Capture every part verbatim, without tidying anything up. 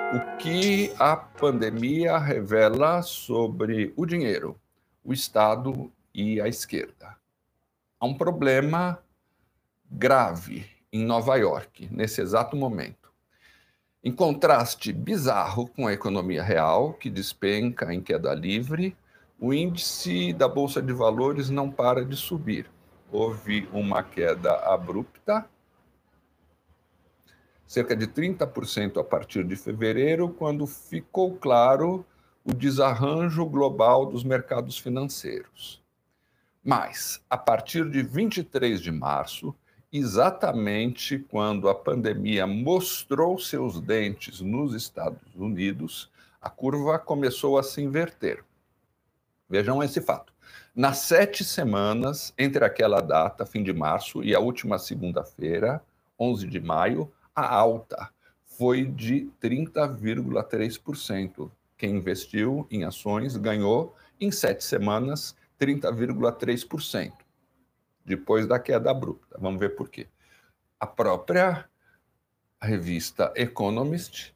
O que a pandemia revela sobre o dinheiro, o Estado e a esquerda? Há um problema grave em Nova York, nesse exato momento. Em contraste bizarro com a economia real, que despenca em queda livre, o índice da Bolsa de Valores não para de subir. Houve uma queda abrupta, cerca de trinta por cento a partir de fevereiro, quando ficou claro o desarranjo global dos mercados financeiros. Mas, a partir de vinte e três de março, exatamente quando a pandemia mostrou seus dentes nos Estados Unidos, a curva começou a se inverter. Vejam esse fato. Nas sete semanas entre aquela data, fim de março, e a última segunda-feira, onze de maio, a alta foi de trinta vírgula três por cento. Quem investiu em ações ganhou, em sete semanas, trinta vírgula três por cento, depois da queda abrupta. Vamos ver por quê. A própria revista Economist,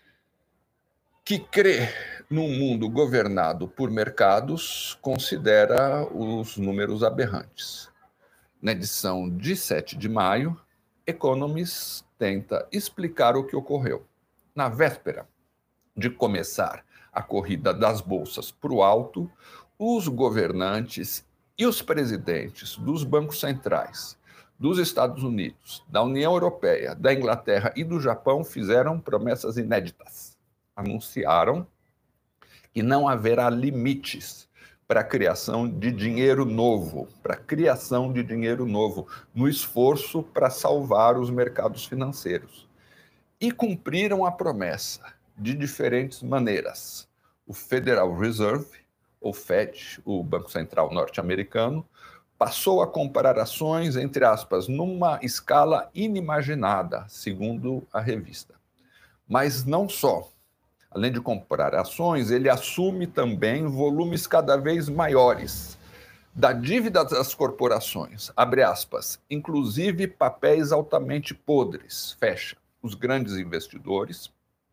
que crê num mundo governado por mercados, considera os números aberrantes. Na edição de sete de maio, Economist tenta explicar o que ocorreu. Na véspera de começar a corrida das bolsas para o alto, os governantes e os presidentes dos bancos centrais dos Estados Unidos, da União Europeia, da Inglaterra e do Japão fizeram promessas inéditas. Anunciaram que não haverá limites para a criação de dinheiro novo, para a criação de dinheiro novo, no esforço para salvar os mercados financeiros. E cumpriram a promessa de diferentes maneiras. O Federal Reserve, ou Fed, o Banco Central norte-americano, passou a comprar ações, entre aspas, numa escala inimaginada, segundo a revista. Mas não só. Além de comprar ações, ele assume também volumes cada vez maiores da dívida das corporações, abre aspas, inclusive papéis altamente podres, fecha. Os grandes investidores,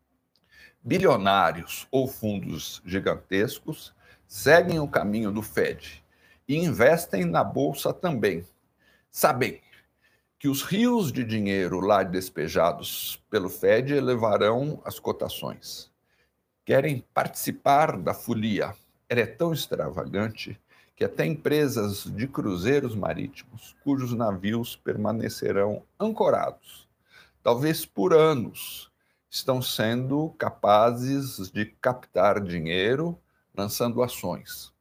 bilionários ou fundos gigantescos, seguem o caminho do Fed e investem na bolsa também. Sabem que os rios de dinheiro lá despejados pelo Fed elevarão as cotações. Querem participar da folia. Ela é tão extravagante que até empresas de cruzeiros marítimos, cujos navios permanecerão ancorados, talvez por anos, estão sendo capazes de captar dinheiro lançando ações.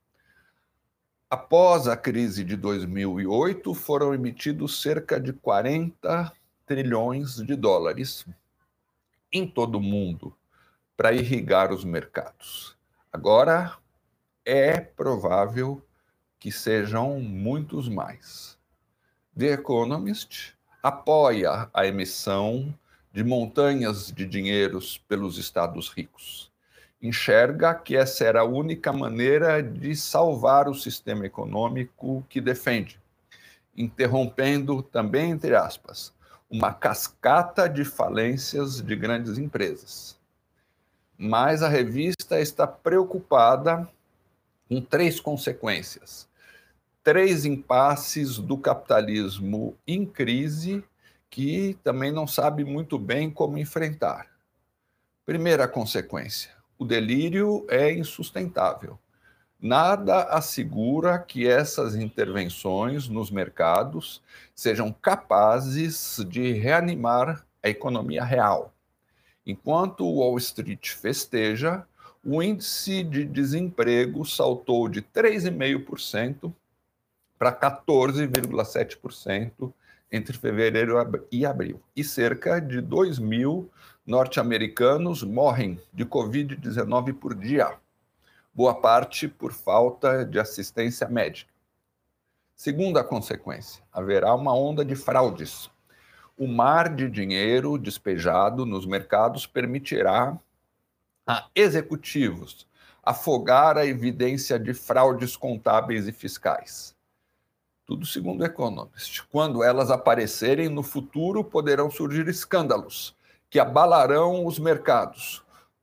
Após a crise de dois mil e oito, foram emitidos cerca de quarenta trilhões de dólares em todo o mundo para irrigar os mercados. Agora, é provável que sejam muitos mais. The Economist apoia a emissão de montanhas de dinheiros pelos estados ricos. Enxerga que essa era a única maneira de salvar o sistema econômico que defende, interrompendo também, entre aspas, uma cascata de falências de grandes empresas. Mas a revista está preocupada com três consequências. Três impasses do capitalismo em crise que também não sabe muito bem como enfrentar. Primeira consequência, o delírio é insustentável. Nada assegura que essas intervenções nos mercados sejam capazes de reanimar a economia real. Enquanto Wall Street festeja, o índice de desemprego saltou de três vírgula cinco por cento para quatorze vírgula sete por cento entre fevereiro e abril. E cerca de dois mil norte-americanos morrem de covid dezenove por dia, boa parte por falta de assistência médica. Segunda consequência, haverá uma onda de fraudes. O mar de dinheiro despejado nos mercados permitirá a executivos afogar a evidência de fraudes contábeis e fiscais. Tudo segundo o Economist. Quando elas aparecerem no futuro, poderão surgir escândalos que abalarão os mercados,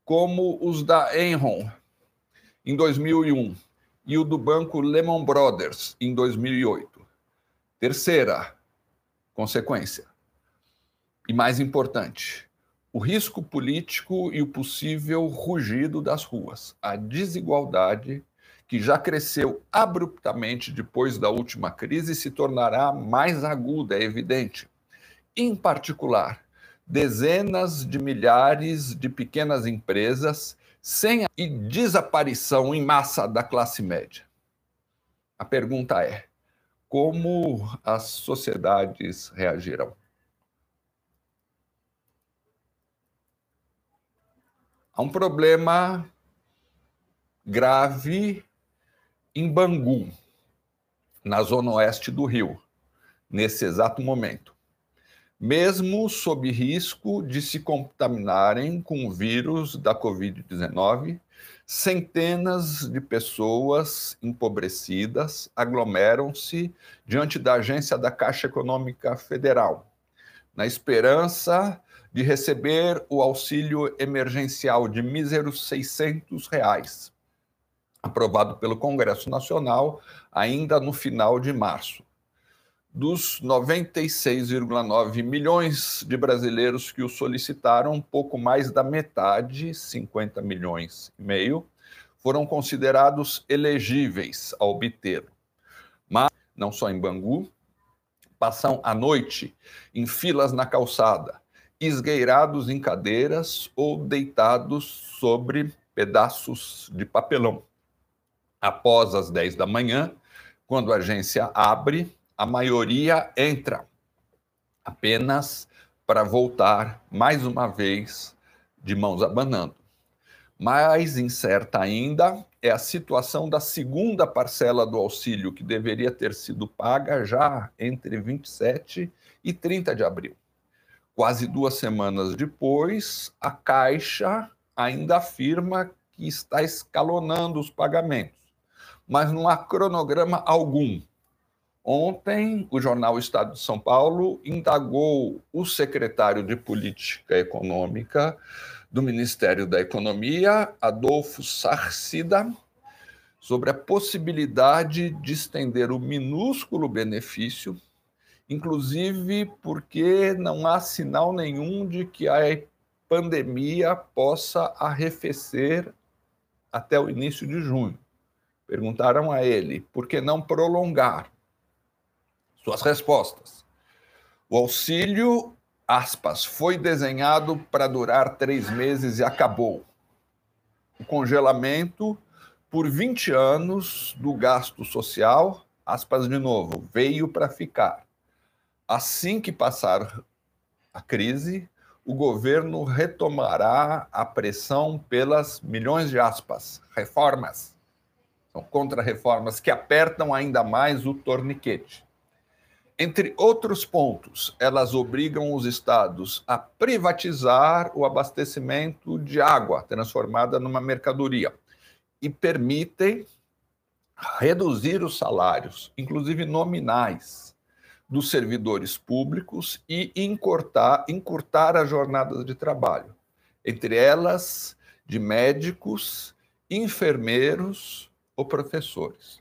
como os da Enron, em dois mil e um, e o do banco Lehman Brothers, em dois mil e oito. Terceira consequência, e mais importante, o risco político e o possível rugido das ruas. A desigualdade, que já cresceu abruptamente depois da última crise, se tornará mais aguda, é evidente. Em particular, dezenas de milhares de pequenas empresas sem a e desaparição em massa da classe média. A pergunta é: como as sociedades reagirão? Há um problema grave em Bangu, na zona oeste do Rio, nesse exato momento. Mesmo sob risco de se contaminarem com o vírus da covid dezenove, centenas de pessoas empobrecidas aglomeram-se diante da agência da Caixa Econômica Federal, na esperança de receber o auxílio emergencial de míseros seiscentos reais, aprovado pelo Congresso Nacional ainda no final de março. Dos noventa e seis vírgula nove milhões de brasileiros que o solicitaram, pouco mais da metade, cinquenta milhões e meio, foram considerados elegíveis a obtê-lo. Mas, não só em Bangu, passam a noite em filas na calçada, esgueirados em cadeiras ou deitados sobre pedaços de papelão. Após as dez da manhã, quando a agência abre, a maioria entra, apenas para voltar mais uma vez de mãos abanando. Mais incerta ainda é a situação da segunda parcela do auxílio, que deveria ter sido paga já entre vinte e sete e trinta de abril. Quase duas semanas depois, a Caixa ainda afirma que está escalonando os pagamentos, mas não há cronograma algum. Ontem, o jornal Estado de São Paulo indagou o secretário de Política Econômica do Ministério da Economia, Adolfo Sarcida, sobre a possibilidade de estender o minúsculo benefício, inclusive porque não há sinal nenhum de que a pandemia possa arrefecer até o início de junho. Perguntaram a ele, por que não prolongar? Suas respostas. O auxílio, aspas, foi desenhado para durar três meses e acabou. O congelamento por vinte anos do gasto social, aspas de novo, veio para ficar. Assim que passar a crise, o governo retomará a pressão pelas milhões de aspas, reformas. São contra-reformas que apertam ainda mais o torniquete. Entre outros pontos, elas obrigam os estados a privatizar o abastecimento de água, transformada numa mercadoria, e permitem reduzir os salários, inclusive nominais, dos servidores públicos e encurtar, encurtar as jornadas de trabalho, entre elas de médicos, enfermeiros ou professores.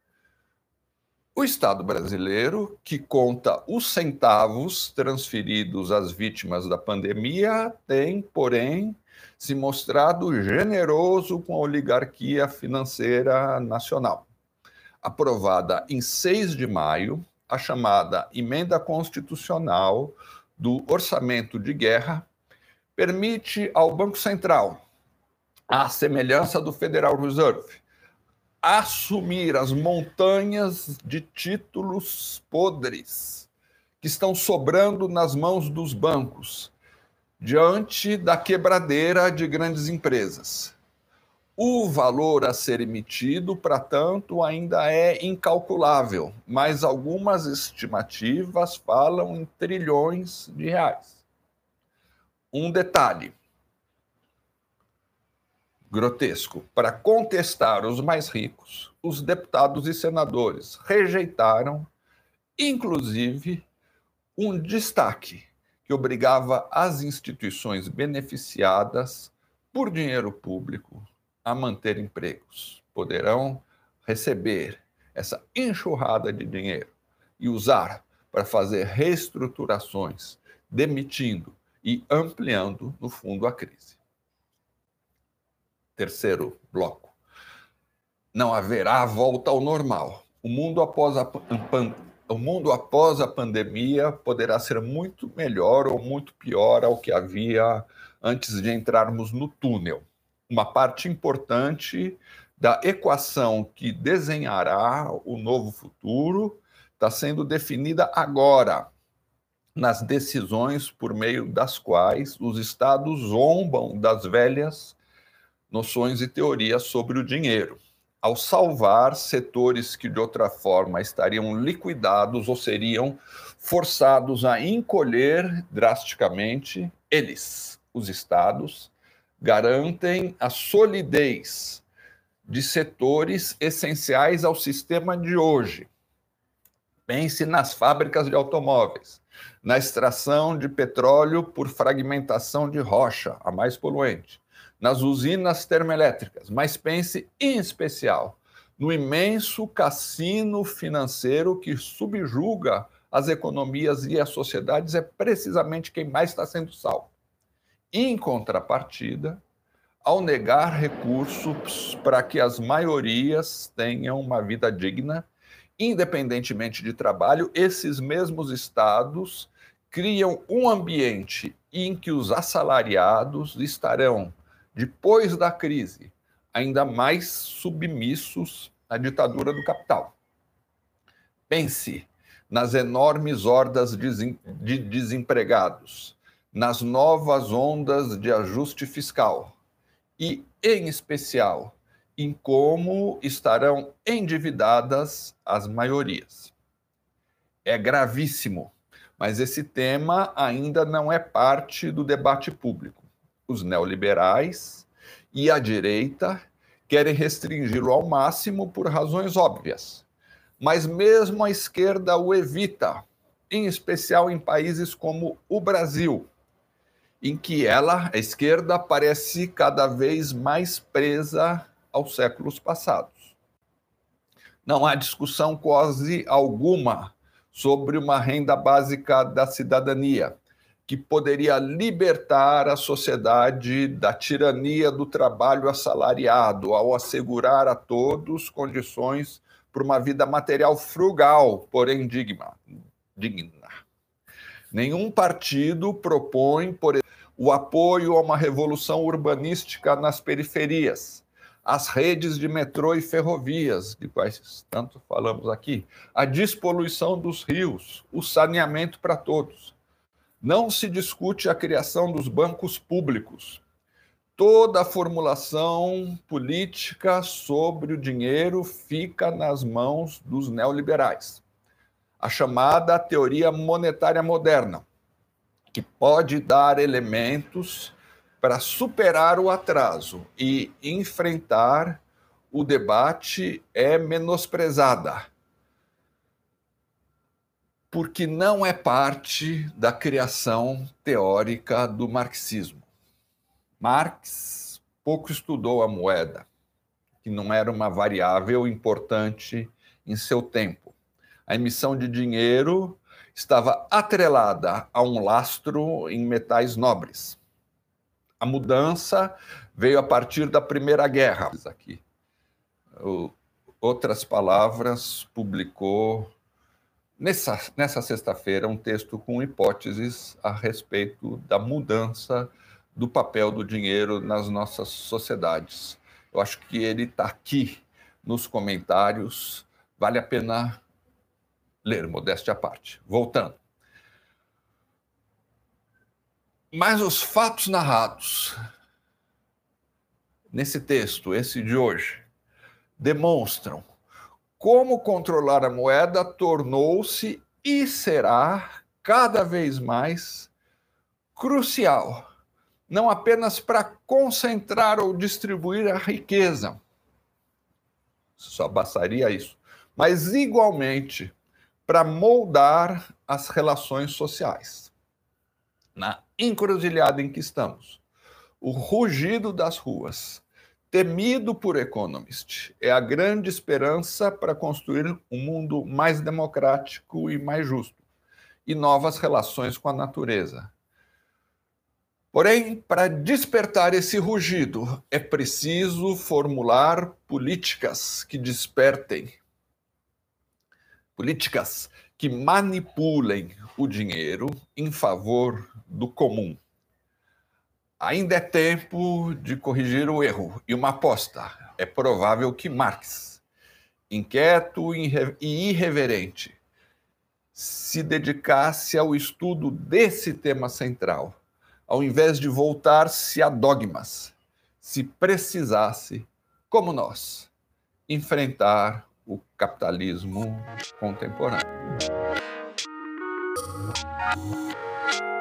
O Estado brasileiro, que conta os centavos transferidos às vítimas da pandemia, tem, porém, se mostrado generoso com a oligarquia financeira nacional. Aprovada em seis de maio, a chamada Emenda Constitucional do Orçamento de Guerra permite ao Banco Central, à semelhança do Federal Reserve, assumir as montanhas de títulos podres que estão sobrando nas mãos dos bancos, diante da quebradeira de grandes empresas. O valor a ser emitido, para tanto, ainda é incalculável, mas algumas estimativas falam em trilhões de reais. Um detalhe grotesco: para contestar os mais ricos, os deputados e senadores rejeitaram, inclusive, um destaque que obrigava as instituições beneficiadas por dinheiro público a manter empregos. Poderão receber essa enxurrada de dinheiro e usar para fazer reestruturações, demitindo e ampliando, no fundo, a crise. Terceiro bloco. Não haverá volta ao normal. O mundo após a, o mundo após a pandemia poderá ser muito melhor ou muito pior ao que havia antes de entrarmos no túnel. Uma parte importante da equação que desenhará o novo futuro está sendo definida agora, nas decisões por meio das quais os estados zombam das velhas noções e teorias sobre o dinheiro, ao salvar setores que de outra forma estariam liquidados ou seriam forçados a encolher drasticamente. Eles, os estados, garantem a solidez de setores essenciais ao sistema de hoje. Pense nas fábricas de automóveis, na extração de petróleo por fragmentação de rocha, a mais poluente, nas usinas termoelétricas, mas pense em especial no imenso cassino financeiro que subjuga as economias e as sociedades, é precisamente quem mais está sendo salvo. Em contrapartida, ao negar recursos para que as maiorias tenham uma vida digna, independentemente de trabalho, esses mesmos estados criam um ambiente em que os assalariados estarão, depois da crise, ainda mais submissos à ditadura do capital. Pense nas enormes hordas de desempregados, nas novas ondas de ajuste fiscal e, em especial, em como estarão endividadas as maiorias. É gravíssimo, mas esse tema ainda não é parte do debate público. Os neoliberais e a direita querem restringi-lo ao máximo por razões óbvias, mas mesmo a esquerda o evita, em especial em países como o Brasil, em que ela, a esquerda, parece cada vez mais presa aos séculos passados. Não há discussão quase alguma sobre uma renda básica da cidadania, que poderia libertar a sociedade da tirania do trabalho assalariado, ao assegurar a todos condições para uma vida material frugal, porém digna. digna. Nenhum partido propõe, por exemplo, o apoio a uma revolução urbanística nas periferias, as redes de metrô e ferrovias, de quais tanto falamos aqui, a despoluição dos rios, o saneamento para todos. Não se discute a criação dos bancos públicos. Toda a formulação política sobre o dinheiro fica nas mãos dos neoliberais. A chamada teoria monetária moderna, que pode dar elementos para superar o atraso e enfrentar o debate, é menosprezada, porque não é parte da criação teórica do marxismo. Marx pouco estudou a moeda, que não era uma variável importante em seu tempo. A emissão de dinheiro estava atrelada a um lastro em metais nobres. A mudança veio a partir da Primeira Guerra. Aqui. Outras Palavras publicou nessa, nessa sexta-feira um texto com hipóteses a respeito da mudança do papel do dinheiro nas nossas sociedades. Eu acho que ele está aqui nos comentários, vale a pena ler, modéstia à parte. Voltando. Mas os fatos narrados nesse texto, esse de hoje, demonstram como controlar a moeda tornou-se e será cada vez mais crucial, não apenas para concentrar ou distribuir a riqueza, só bastaria isso, mas igualmente para moldar as relações sociais. Na encruzilhada em que estamos, O rugido das ruas, temido por Economist, é a grande esperança para construir um mundo mais democrático e mais justo, e novas relações com a natureza. Porém, para despertar esse rugido, é preciso formular políticas que despertem, políticas que manipulem o dinheiro em favor do comum. Ainda é tempo de corrigir o erro. E uma aposta: é provável que Marx, inquieto e irreverente, se dedicasse ao estudo desse tema central, ao invés de voltar-se a dogmas, se precisasse, como nós, enfrentar o capitalismo contemporâneo.